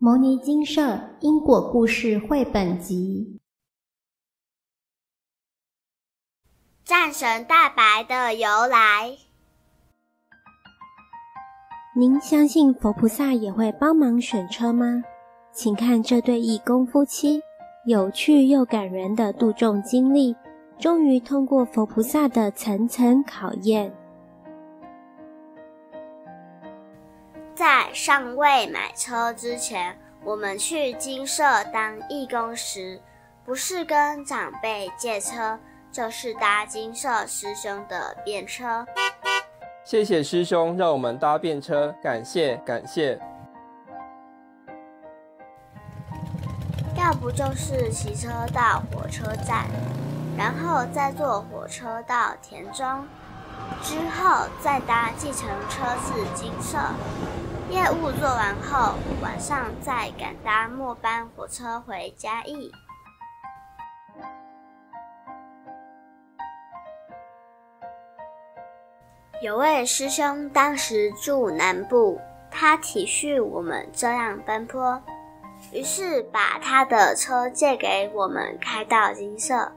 牟尼精舍因果故事绘本集。 战神大白的由来。 您相信佛菩萨也会帮忙选车吗？请看这对义工夫妻有趣又感人的度众经历，终于通过佛菩萨的层层考验。 在尚未买车之前，我们去精舍当义工时，不是跟长辈借车，就是搭精舍师兄的便车。 谢谢师兄让我们搭便车，感谢感谢。 要不就是骑车到火车站，然后再坐火车到田中，之后再搭计程车至精舍。业务做完后，晚上再赶搭末班火车回嘉义。有位师兄当时住南部，他体恤我们这样奔波，于是把他的车借给我们开到精舍。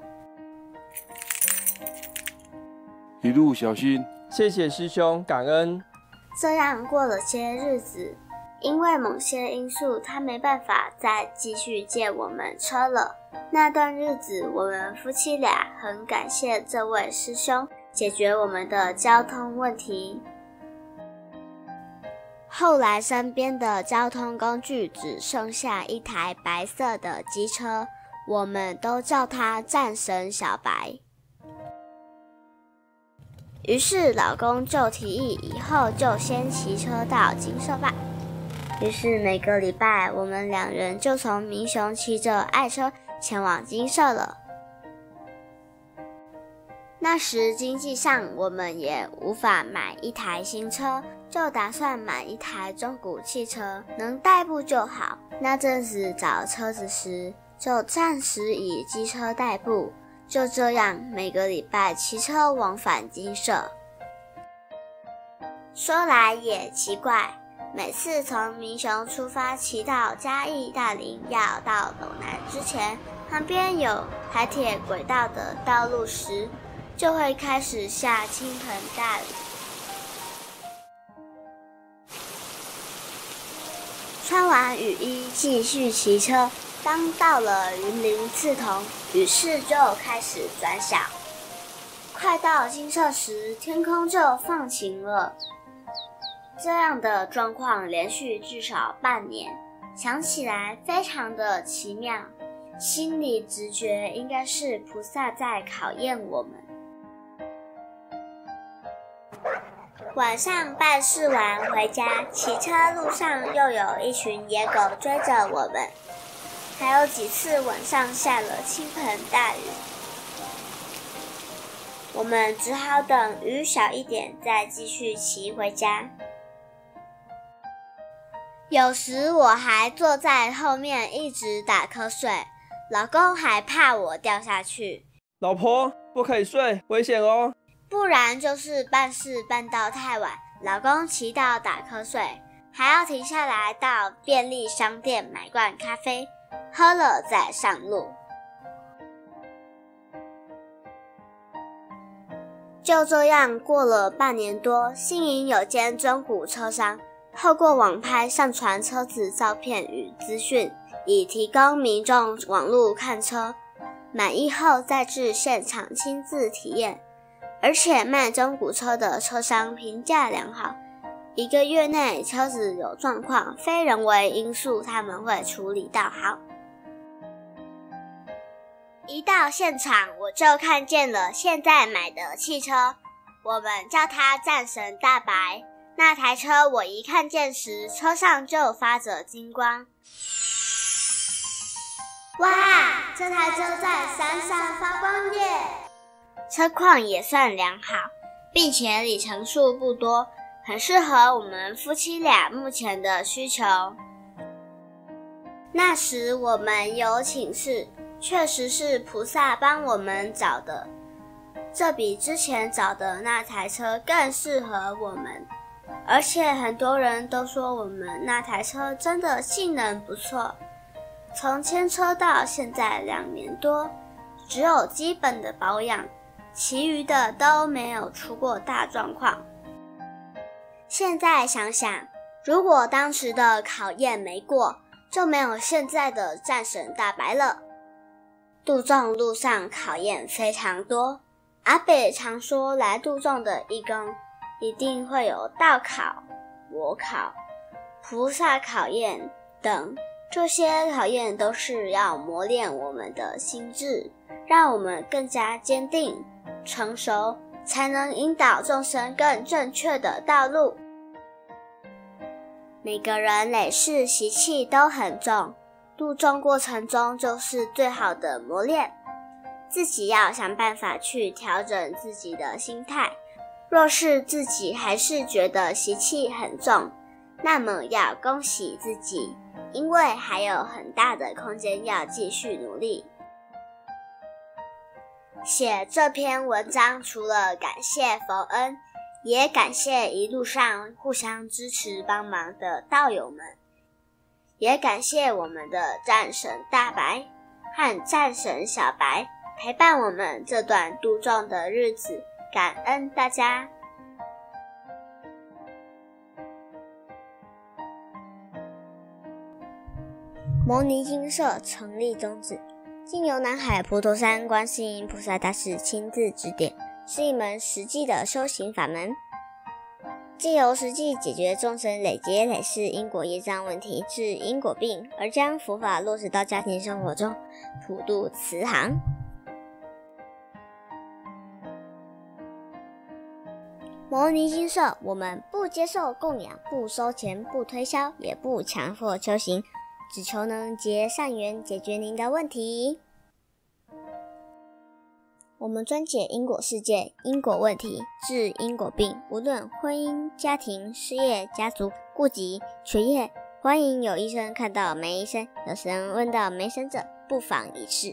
一路小心。 谢谢师兄，感恩。 这样过了些日子，因为某些因素，他没办法再继续借我们车了。那段日子，我们夫妻俩很感谢这位师兄解决我们的交通问题。后来身边的交通工具只剩下一台白色的机车，我们都叫它战神小白。于是老公就提议以后就先骑车到精舍吧。于是每个礼拜我们两人就从民雄骑着爱车前往精舍了。那时经济上我们也无法买一台新车，就打算买一台中古汽车，能代步就好。那阵子找车子时，就暂时以机车代步。就这样每个礼拜骑车往返精舍。说来也奇怪，每次从民雄出发骑到嘉义大林要到斗南之前，旁边有台铁轨道的道路时，就会开始下倾盆大雨。穿完雨衣继续骑车，当到了云林刺桐，雨势就开始转小。快到精舍时，天空就放晴了。这样的状况连续至少半年，想起来非常的奇妙，心里直觉应该是菩萨在考验我们。晚上办事完回家，骑车路上又有一群野狗追着我们，还有几次晚上下了倾盆大雨，我们只好等雨小一点再继续骑回家。有时我还坐在后面一直打瞌睡，老公还怕我掉下去。 老婆，不可以睡，危险哦。 不然就是办事办到太晚，老公骑到打瞌睡，还要停下来到便利商店买罐咖啡，喝了再上路。就这样过了半年多，新营有间中古车商，透过网拍上传车子照片与资讯，以提供民众网路看车，满意后再至现场亲自体验。而且卖中古车的车商评价良好，1个月内车子有状况，非人为因素他们会处理到好。一到现场我就看见了现在买的汽车，我们叫它战神大白。那台车我一看见时，车上就发着金光。哇，这台车在闪闪发光耶！车况也算良好，并且里程数不多，很适合我们夫妻俩目前的需求。那时我们有请示，确实是菩萨帮我们找的，这比之前找的那台车更适合我们， 而且很多人都说我们那台车真的性能不错，从牵车到现在2年多，只有基本的保养，其余的都没有出过大状况。现在想想，如果当时的考验没过，就没有现在的战神大白了。杜仲路上考验非常多，阿北常说来杜仲的义工一定会有道考、魔考、菩萨考验等，这些考验都是要磨练我们的心智，让我们更加坚定、成熟，才能引导众生更正确的道路。每个人累世习气都很重，度众过程中就是最好的磨练，自己要想办法去调整自己的心态。若是自己还是觉得习气很重，那么要恭喜自己，因为还有很大的空间要继续努力。写这篇文章除了感谢佛恩，也感谢一路上互相支持帮忙的道友们，也感谢我们的战神大白和战神小白陪伴我们这段度众的日子，感恩大家。牟尼精舍成立宗旨，经由南海普陀山观世音菩萨大士亲自指点，是一门实际的修行法门，藉由实际解决众生累劫累世因果业障问题，治因果病，而将佛法落实到家庭生活中，普度慈航。牟尼精舍，我们不接受供养，不收钱，不推销，也不强迫修行，只求能结善缘，解决您的问题。我们专解因果世界、因果问题，治因果病，无论婚姻、家庭、事业、家族、户籍、学业，欢迎有医生看到没医生，有神问到没神者，不妨一试。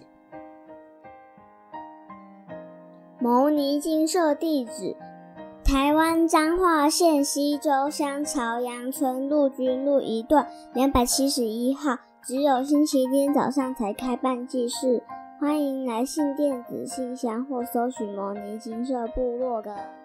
牟尼精舍地址：台湾彰化县溪州乡朝阳村陆军路一段271号，只有星期天早上才开办祭事，欢迎来信电子信箱或搜寻牟尼精舍部落格。